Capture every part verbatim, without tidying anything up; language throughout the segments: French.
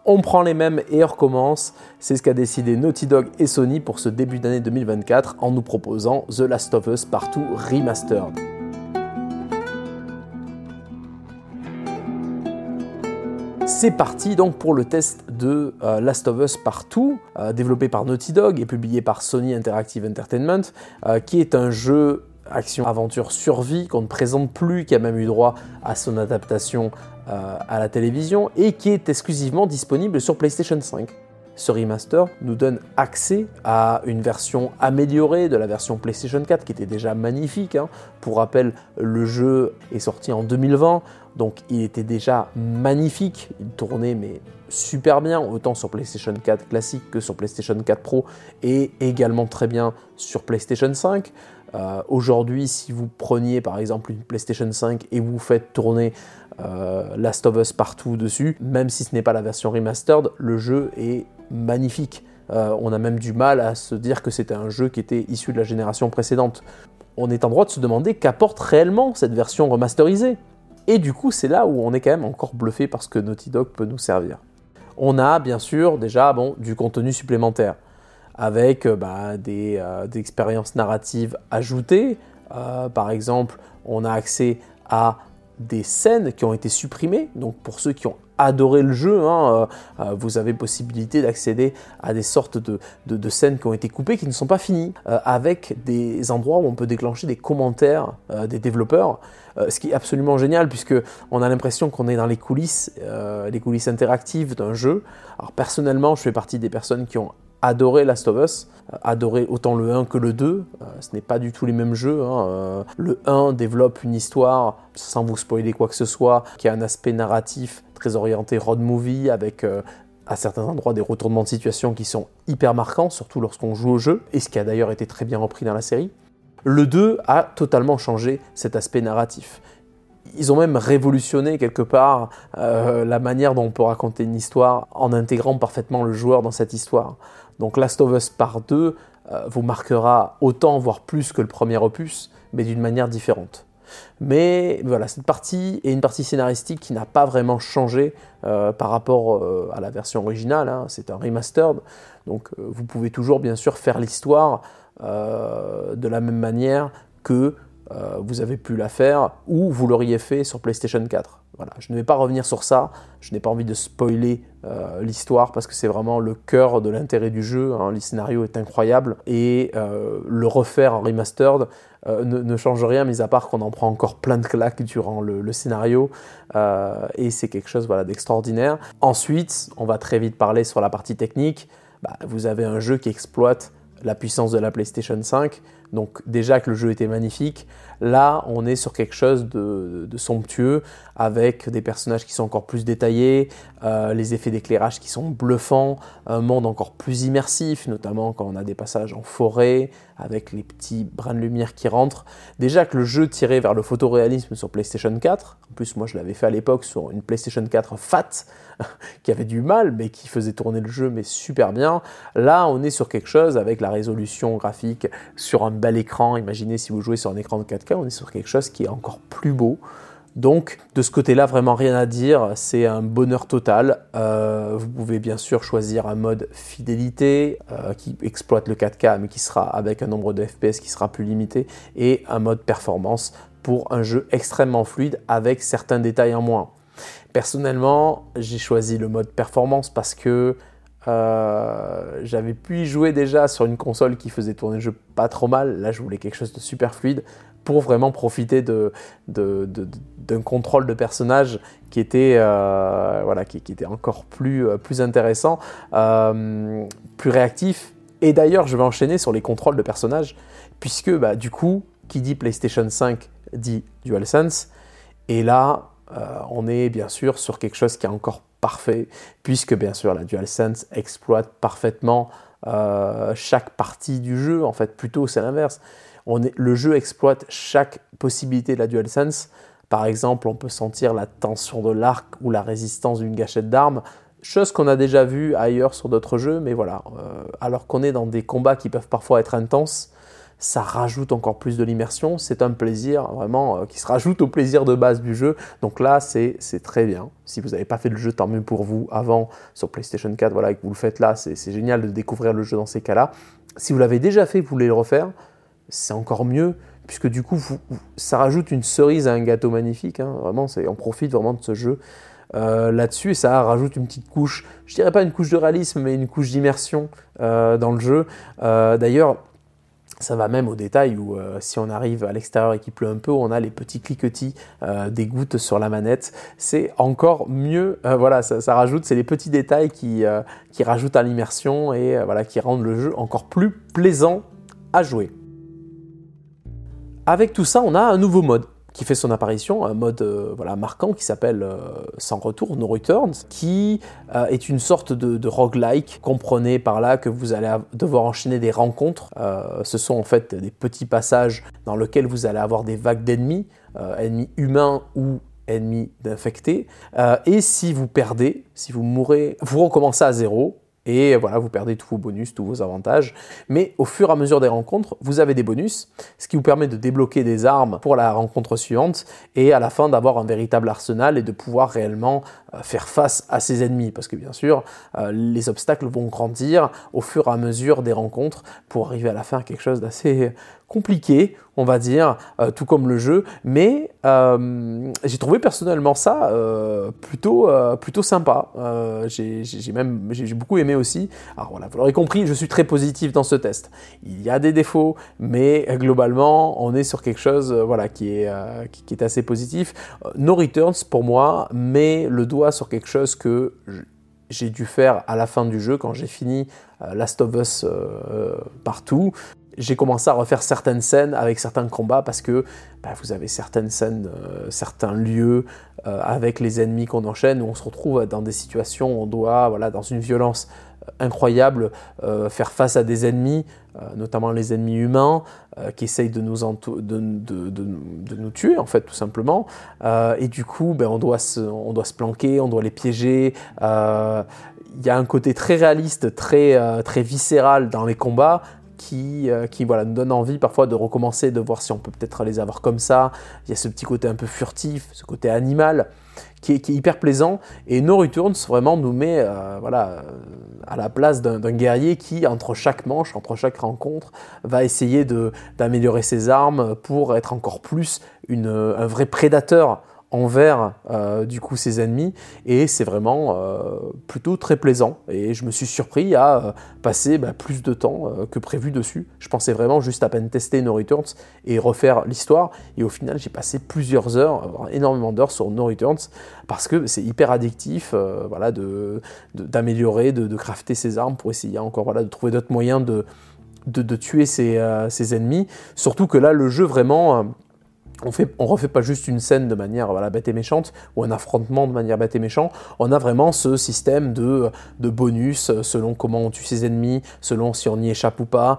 On prend les mêmes et on recommence. C'est ce qu'a décidé Naughty Dog et Sony pour ce début d'année deux mille vingt-quatre en nous proposant The Last of Us Part deux Remastered. C'est parti donc pour le test de euh, Last of Us Part deux, euh, développé par Naughty Dog et publié par Sony Interactive Entertainment, euh, qui est un jeu action, aventure, survie qu'on ne présente plus, qui a même eu droit à son adaptation euh, à la télévision et qui est exclusivement disponible sur PlayStation cinq. Ce remaster nous donne accès à une version améliorée de la version PlayStation quatre qui était déjà magnifique. Hein. Pour rappel, le jeu est sorti en deux mille vingt, donc il était déjà magnifique, il tournait mais super bien, autant sur PlayStation quatre classique que sur PlayStation quatre Pro et également très bien sur PlayStation cinq. Euh, aujourd'hui, si vous preniez par exemple une PlayStation cinq et vous faites tourner euh, Last of Us Part deux dessus, même si ce n'est pas la version remastered, le jeu est magnifique. Euh, on a même du mal à se dire que c'était un jeu qui était issu de la génération précédente. On est en droit de se demander qu'apporte réellement cette version remasterisée. Et du coup, c'est là où on est quand même encore bluffé par ce que Naughty Dog peut nous servir. On a bien sûr déjà bon, du contenu supplémentaire, avec euh, bah, des, euh, des expériences narratives ajoutées. Euh, par exemple, on a accès à des scènes qui ont été supprimées. Donc pour ceux qui ont adoré le jeu, hein, euh, vous avez possibilité d'accéder à des sortes de, de, de scènes qui ont été coupées, qui ne sont pas finies, euh, avec des endroits où on peut déclencher des commentaires euh, des développeurs, euh, ce qui est absolument génial, puisqu'on a l'impression qu'on est dans les coulisses, euh, les coulisses interactives d'un jeu. Alors personnellement, je fais partie des personnes qui ont adoré Last of Us, euh, adoré autant le un que le deux, euh, ce n'est pas du tout les mêmes jeux. Hein. Euh, le un développe une histoire, sans vous spoiler quoi que ce soit, qui a un aspect narratif très orienté road movie, avec euh, à certains endroits des retournements de situation qui sont hyper marquants, surtout lorsqu'on joue au jeu, et ce qui a d'ailleurs été très bien repris dans la série. Le deux a totalement changé cet aspect narratif. Ils ont même révolutionné quelque part euh, la manière dont on peut raconter une histoire en intégrant parfaitement le joueur dans cette histoire. Donc Last of Us Part deux euh, vous marquera autant, voire plus que le premier opus, mais d'une manière différente. Mais voilà, cette partie est une partie scénaristique qui n'a pas vraiment changé euh, par rapport euh, à la version originale. Hein. C'est un remastered, donc euh, vous pouvez toujours bien sûr faire l'histoire euh, de la même manière que Euh, vous avez pu la faire ou vous l'auriez fait sur PlayStation quatre. Voilà, je ne vais pas revenir sur ça, je n'ai pas envie de spoiler euh, l'histoire parce que c'est vraiment le cœur de l'intérêt du jeu, hein. Le scénario est incroyable et euh, le refaire en remastered euh, ne, ne change rien, mis à part qu'on en prend encore plein de claques durant le, le scénario euh, et c'est quelque chose voilà, d'extraordinaire. Ensuite, on va très vite parler sur la partie technique. Bah, vous avez un jeu qui exploite la puissance de la PlayStation cinq, donc déjà que le jeu était magnifique, là on est sur quelque chose de, de, de somptueux, avec des personnages qui sont encore plus détaillés, euh, les effets d'éclairage qui sont bluffants, un monde encore plus immersif, notamment quand on a des passages en forêt, avec les petits brins de lumière qui rentrent. Déjà que le jeu tirait vers le photoréalisme sur PlayStation quatre, en plus moi je l'avais fait à l'époque sur une PlayStation quatre fat, qui avait du mal, mais qui faisait tourner le jeu mais super bien. Là on est sur quelque chose avec la résolution graphique sur un bel écran. Imaginez si vous jouez sur un écran de quatre K, on est sur quelque chose qui est encore plus beau. Donc de ce côté-là, vraiment rien à dire, c'est un bonheur total. Euh, vous pouvez bien sûr choisir un mode fidélité euh, qui exploite le quatre K mais qui sera avec un nombre de F P S qui sera plus limité, et un mode performance pour un jeu extrêmement fluide avec certains détails en moins. Personnellement, j'ai choisi le mode performance parce que Euh, j'avais pu y jouer déjà sur une console qui faisait tourner le jeu pas trop mal. Là je voulais quelque chose de super fluide pour vraiment profiter de, de, de, de, d'un contrôle de personnage qui était, euh, voilà, qui, qui était encore plus, euh, plus intéressant, euh, plus réactif. Et d'ailleurs je vais enchaîner sur les contrôles de personnage, puisque bah, du coup qui dit PlayStation cinq dit DualSense, et là euh, on est bien sûr sur quelque chose qui est encore parfait, puisque bien sûr la DualSense exploite parfaitement euh, chaque partie du jeu. En fait, plutôt c'est l'inverse. On est, le jeu exploite chaque possibilité de la DualSense. Par exemple, on peut sentir la tension de l'arc ou la résistance d'une gâchette d'armes, chose qu'on a déjà vue ailleurs sur d'autres jeux, mais voilà. Euh, alors qu'on est dans des combats qui peuvent parfois être intenses, ça rajoute encore plus de l'immersion. C'est un plaisir vraiment euh, qui se rajoute au plaisir de base du jeu. Donc là, c'est, c'est très bien. Si vous n'avez pas fait le jeu, tant mieux pour vous avant sur PlayStation quatre, voilà, et que vous le faites là, c'est, c'est génial de découvrir le jeu dans ces cas-là. Si vous l'avez déjà fait, vous voulez le refaire, c'est encore mieux, puisque du coup, vous, ça rajoute une cerise à un gâteau magnifique. Hein. Vraiment, c'est, on profite vraiment de ce jeu euh, là-dessus, et ça rajoute une petite couche, je dirais pas une couche de réalisme, mais une couche d'immersion euh, dans le jeu. Euh, d'ailleurs, ça va même au détail où euh, si on arrive à l'extérieur et qu'il pleut un peu, on a les petits cliquetis euh, des gouttes sur la manette. C'est encore mieux. Euh, voilà, ça, ça rajoute, c'est les petits détails qui, euh, qui rajoutent à l'immersion et euh, voilà, qui rendent le jeu encore plus plaisant à jouer. Avec tout ça, on a un nouveau mode qui fait son apparition, un mode euh, voilà, marquant qui s'appelle euh, Sans Retour, No Returns, qui euh, est une sorte de, de roguelike. Comprenez par là que vous allez devoir enchaîner des rencontres. Euh, ce sont en fait des petits passages dans lesquels vous allez avoir des vagues d'ennemis, euh, ennemis humains ou ennemis d'infectés. Euh, et si vous perdez, si vous mourrez, vous recommencez à zéro. Et voilà, vous perdez tous vos bonus, tous vos avantages. Mais au fur et à mesure des rencontres, vous avez des bonus, ce qui vous permet de débloquer des armes pour la rencontre suivante et à la fin d'avoir un véritable arsenal et de pouvoir réellement euh, faire face à ses ennemis. Parce que bien sûr, euh, les obstacles vont grandir au fur et à mesure des rencontres pour arriver à la fin à quelque chose d'assez compliqué, on va dire, euh, tout comme le jeu. Mais euh, j'ai trouvé personnellement ça euh, plutôt, euh, plutôt sympa. Euh, j'ai, j'ai, même, j'ai beaucoup aimé aussi. Alors voilà, vous l'aurez compris, je suis très positif dans ce test. Il y a des défauts, mais globalement, on est sur quelque chose euh, voilà, qui, est, euh, qui, qui est assez positif. Euh, No Returns, pour moi, met le doigt sur quelque chose que j'ai dû faire à la fin du jeu, quand j'ai fini euh, Last of Us euh, partout. J'ai commencé à refaire certaines scènes avec certains combats parce que bah, vous avez certaines scènes, euh, certains lieux euh, avec les ennemis qu'on enchaîne où on se retrouve dans des situations où on doit, voilà, dans une violence incroyable, euh, faire face à des ennemis, euh, notamment les ennemis humains, euh, qui essayent de nous, entou- de, de, de, de nous tuer, en fait, tout simplement. Euh, et du coup, ben, on, doit se, on doit se planquer, on doit les piéger. Euh, il y a un côté très réaliste, très, euh, très viscéral dans les combats, qui, euh, qui voilà, nous donne envie parfois de recommencer, de voir si on peut peut-être les avoir comme ça. Il y a ce petit côté un peu furtif, ce côté animal, qui est, qui est hyper plaisant. Et No Returns vraiment nous met euh, voilà, à la place d'un, d'un guerrier qui, entre chaque manche, entre chaque rencontre, va essayer de, d'améliorer ses armes pour être encore plus une, un vrai prédateur envers euh, du coup ses ennemis, et c'est vraiment euh, plutôt très plaisant, et je me suis surpris à euh, passer bah, plus de temps euh, que prévu dessus. Je pensais vraiment juste à peine tester No Returns et refaire l'histoire, et au final j'ai passé plusieurs heures, énormément d'heures sur No Returns, parce que c'est hyper addictif euh, voilà, de, de, d'améliorer, de, de crafter ses armes pour essayer encore voilà, de trouver d'autres moyens de, de, de tuer ses, euh, ses ennemis, surtout que là le jeu vraiment... Euh, On fait, on refait pas juste une scène de manière voilà, bête et méchante, ou un affrontement de manière bête et méchante, on a vraiment ce système de, de bonus selon comment on tue ses ennemis, selon si on y échappe ou pas.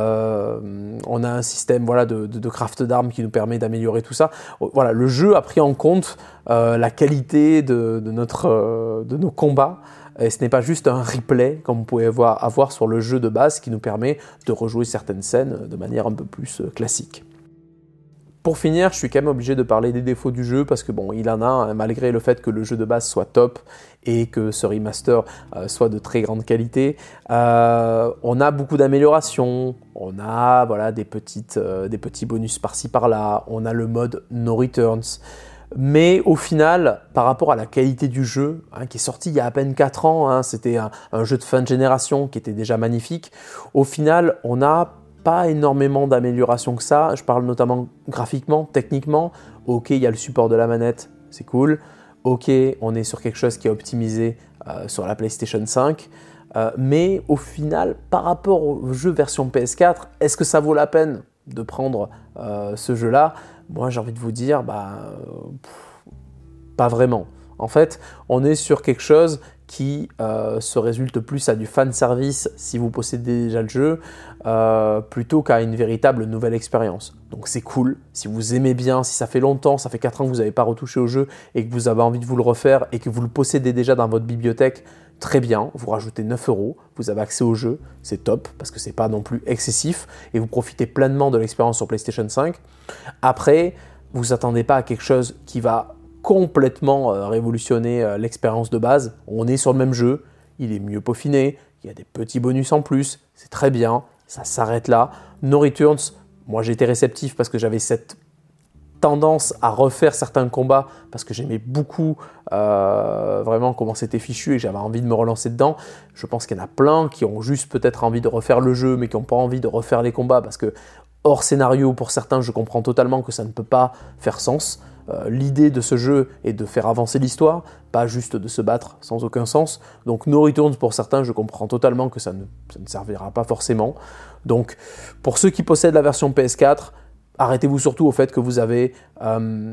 Euh, on a un système voilà, de, de, de craft d'armes qui nous permet d'améliorer tout ça. Voilà, le jeu a pris en compte euh, la qualité de, de, notre, euh, de nos combats. Et ce n'est pas juste un replay comme vous pouvez avoir, avoir sur le jeu de base qui nous permet de rejouer certaines scènes de manière un peu plus classique. Pour finir, je suis quand même obligé de parler des défauts du jeu parce que bon, il en a, hein, malgré le fait que le jeu de base soit top et que ce remaster euh, soit de très grande qualité. Euh, on a beaucoup d'améliorations, on a voilà, des, petites, euh, des petits bonus par-ci par-là, on a le mode No Returns. Mais au final, par rapport à la qualité du jeu, hein, qui est sorti il y a à peine quatre ans, hein, c'était un, un jeu de fin de génération qui était déjà magnifique, au final, on a pas énormément d'améliorations que ça. Je parle notamment graphiquement, techniquement. Ok, il y a le support de la manette, c'est cool. Ok, on est sur quelque chose qui est optimisé euh, sur la PlayStation cinq. Euh, mais au final, par rapport au jeu version P S quatre, est-ce que ça vaut la peine de prendre euh, ce jeu-là ? Moi, j'ai envie de vous dire, bah, pff, pas vraiment. En fait, on est sur quelque chose qui euh, se résulte plus à du fan service si vous possédez déjà le jeu, euh, plutôt qu'à une véritable nouvelle expérience. Donc c'est cool, si vous aimez bien, si ça fait longtemps, ça fait quatre ans que vous n'avez pas retouché au jeu et que vous avez envie de vous le refaire et que vous le possédez déjà dans votre bibliothèque, très bien, vous rajoutez neuf euros, vous avez accès au jeu, c'est top, parce que c'est pas non plus excessif, et vous profitez pleinement de l'expérience sur PlayStation cinq. Après, vous attendez pas à quelque chose qui va complètement euh, révolutionner euh, l'expérience de base. On est sur le même jeu, il est mieux peaufiné, il y a des petits bonus en plus, c'est très bien, ça s'arrête là. No Returns, moi j'ai été réceptif parce que j'avais cette tendance à refaire certains combats parce que j'aimais beaucoup euh, vraiment comment c'était fichu et j'avais envie de me relancer dedans. Je pense qu'il y en a plein qui ont juste peut-être envie de refaire le jeu mais qui n'ont pas envie de refaire les combats parce que hors scénario, pour certains, je comprends totalement que ça ne peut pas faire sens. Euh, l'idée de ce jeu est de faire avancer l'histoire, pas juste de se battre sans aucun sens. Donc No Returns, pour certains, je comprends totalement que ça ne, ça ne servira pas forcément. Donc pour ceux qui possèdent la version P S quatre, arrêtez-vous surtout au fait que vous avez euh,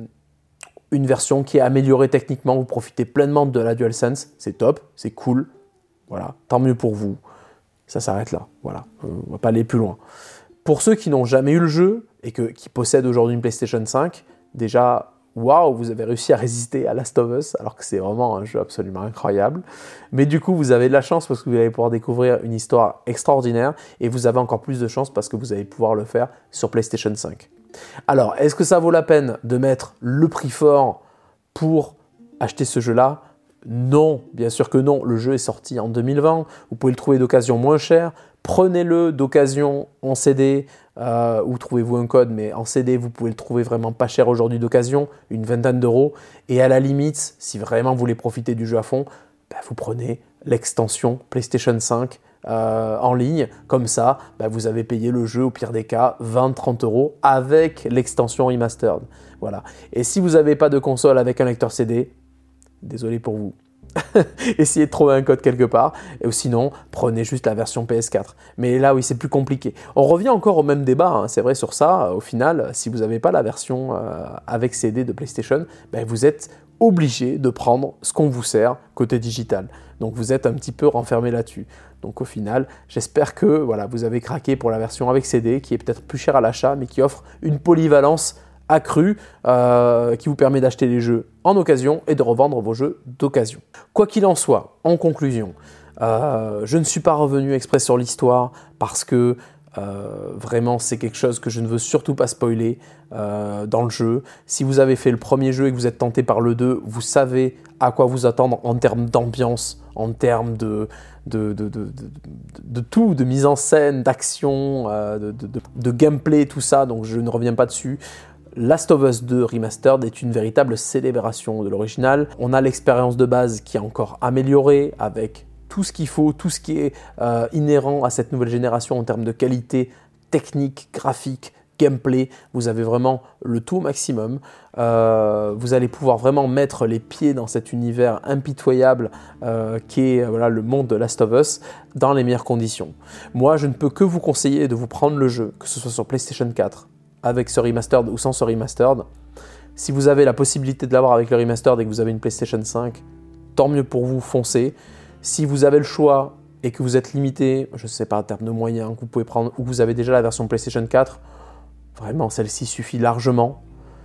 une version qui est améliorée techniquement, vous profitez pleinement de la DualSense, c'est top, c'est cool, voilà, tant mieux pour vous. Ça s'arrête là, voilà, on ne va pas aller plus loin. Pour ceux qui n'ont jamais eu le jeu et que, qui possèdent aujourd'hui une PlayStation cinq, déjà, waouh, vous avez réussi à résister à Last of Us, alors que c'est vraiment un jeu absolument incroyable. Mais du coup, vous avez de la chance parce que vous allez pouvoir découvrir une histoire extraordinaire et vous avez encore plus de chance parce que vous allez pouvoir le faire sur PlayStation cinq. Alors, est-ce que ça vaut la peine de mettre le prix fort pour acheter ce jeu-là ? Non, bien sûr que non. Le jeu est sorti en deux mille vingt. Vous pouvez le trouver d'occasion moins cher. Prenez-le d'occasion en C D euh, ou trouvez-vous un code, mais en C D, vous pouvez le trouver vraiment pas cher aujourd'hui d'occasion, une vingtaine d'euros. Et à la limite, si vraiment vous voulez profiter du jeu à fond, bah, vous prenez l'extension PlayStation cinq euh, en ligne. Comme ça, bah, vous avez payé le jeu au pire des cas vingt à trente euros avec l'extension remastered. Voilà. Et si vous n'avez pas de console avec un lecteur C D, désolé pour vous. Essayez de trouver un code quelque part, et sinon, prenez juste la version P S quatre. Mais là, oui, c'est plus compliqué. On revient encore au même débat, hein, c'est vrai sur ça. Au final, si vous n'avez pas la version euh, avec C D de PlayStation, ben, vous êtes obligé de prendre ce qu'on vous sert côté digital. Donc, vous êtes un petit peu renfermé là-dessus. Donc, au final, j'espère que voilà, vous avez craqué pour la version avec C D, qui est peut-être plus chère à l'achat, mais qui offre une polyvalence accru euh, qui vous permet d'acheter les jeux en occasion et de revendre vos jeux d'occasion. Quoi qu'il en soit, en conclusion, euh, je ne suis pas revenu exprès sur l'histoire parce que euh, vraiment c'est quelque chose que je ne veux surtout pas spoiler euh, dans le jeu. Si vous avez fait le premier jeu et que vous êtes tenté par le deux, vous savez à quoi vous attendre en termes d'ambiance, en termes de, de, de, de, de, de tout, de mise en scène, d'action, euh, de, de, de, de gameplay, tout ça, donc je ne reviens pas dessus. Last of Us deux Remastered est une véritable célébration de l'original. On a l'expérience de base qui est encore améliorée avec tout ce qu'il faut, tout ce qui est euh, inhérent à cette nouvelle génération en termes de qualité technique, graphique, gameplay. Vous avez vraiment le tout au maximum. Euh, vous allez pouvoir vraiment mettre les pieds dans cet univers impitoyable euh, qui est voilà, le monde de Last of Us dans les meilleures conditions. Moi, je ne peux que vous conseiller de vous prendre le jeu, que ce soit sur PlayStation quatre, avec ce remastered ou sans ce remastered. Si vous avez la possibilité de l'avoir avec le remastered et que vous avez une PlayStation cinq, tant mieux pour vous, foncez. Si vous avez le choix et que vous êtes limité, je ne sais pas, en termes de moyens que vous pouvez prendre, ou que vous avez déjà la version PlayStation quatre, vraiment, celle-ci suffit largement.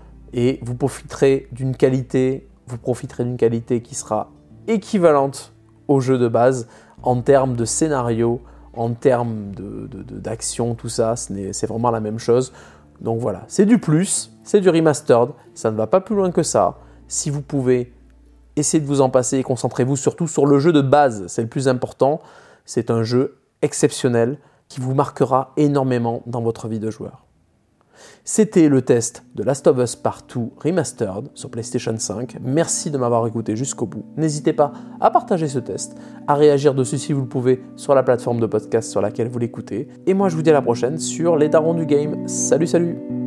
Et vous profiterez d'une qualité, vous profiterez d'une qualité qui sera équivalente au jeu de base en termes de scénario, en termes de, de, de, d'action, tout ça, c'est vraiment la même chose. Donc voilà, c'est du plus, c'est du remastered, ça ne va pas plus loin que ça. Si vous pouvez, essayez de vous en passer et concentrez-vous surtout sur le jeu de base, c'est le plus important. C'est un jeu exceptionnel qui vous marquera énormément dans votre vie de joueur. C'était le test de Last of Us Part deux Remastered sur PlayStation cinq. Merci de m'avoir écouté jusqu'au bout. N'hésitez pas à partager ce test, à réagir dessus si vous le pouvez sur la plateforme de podcast sur laquelle vous l'écoutez. Et moi, je vous dis à la prochaine sur les darons du game. Salut, salut!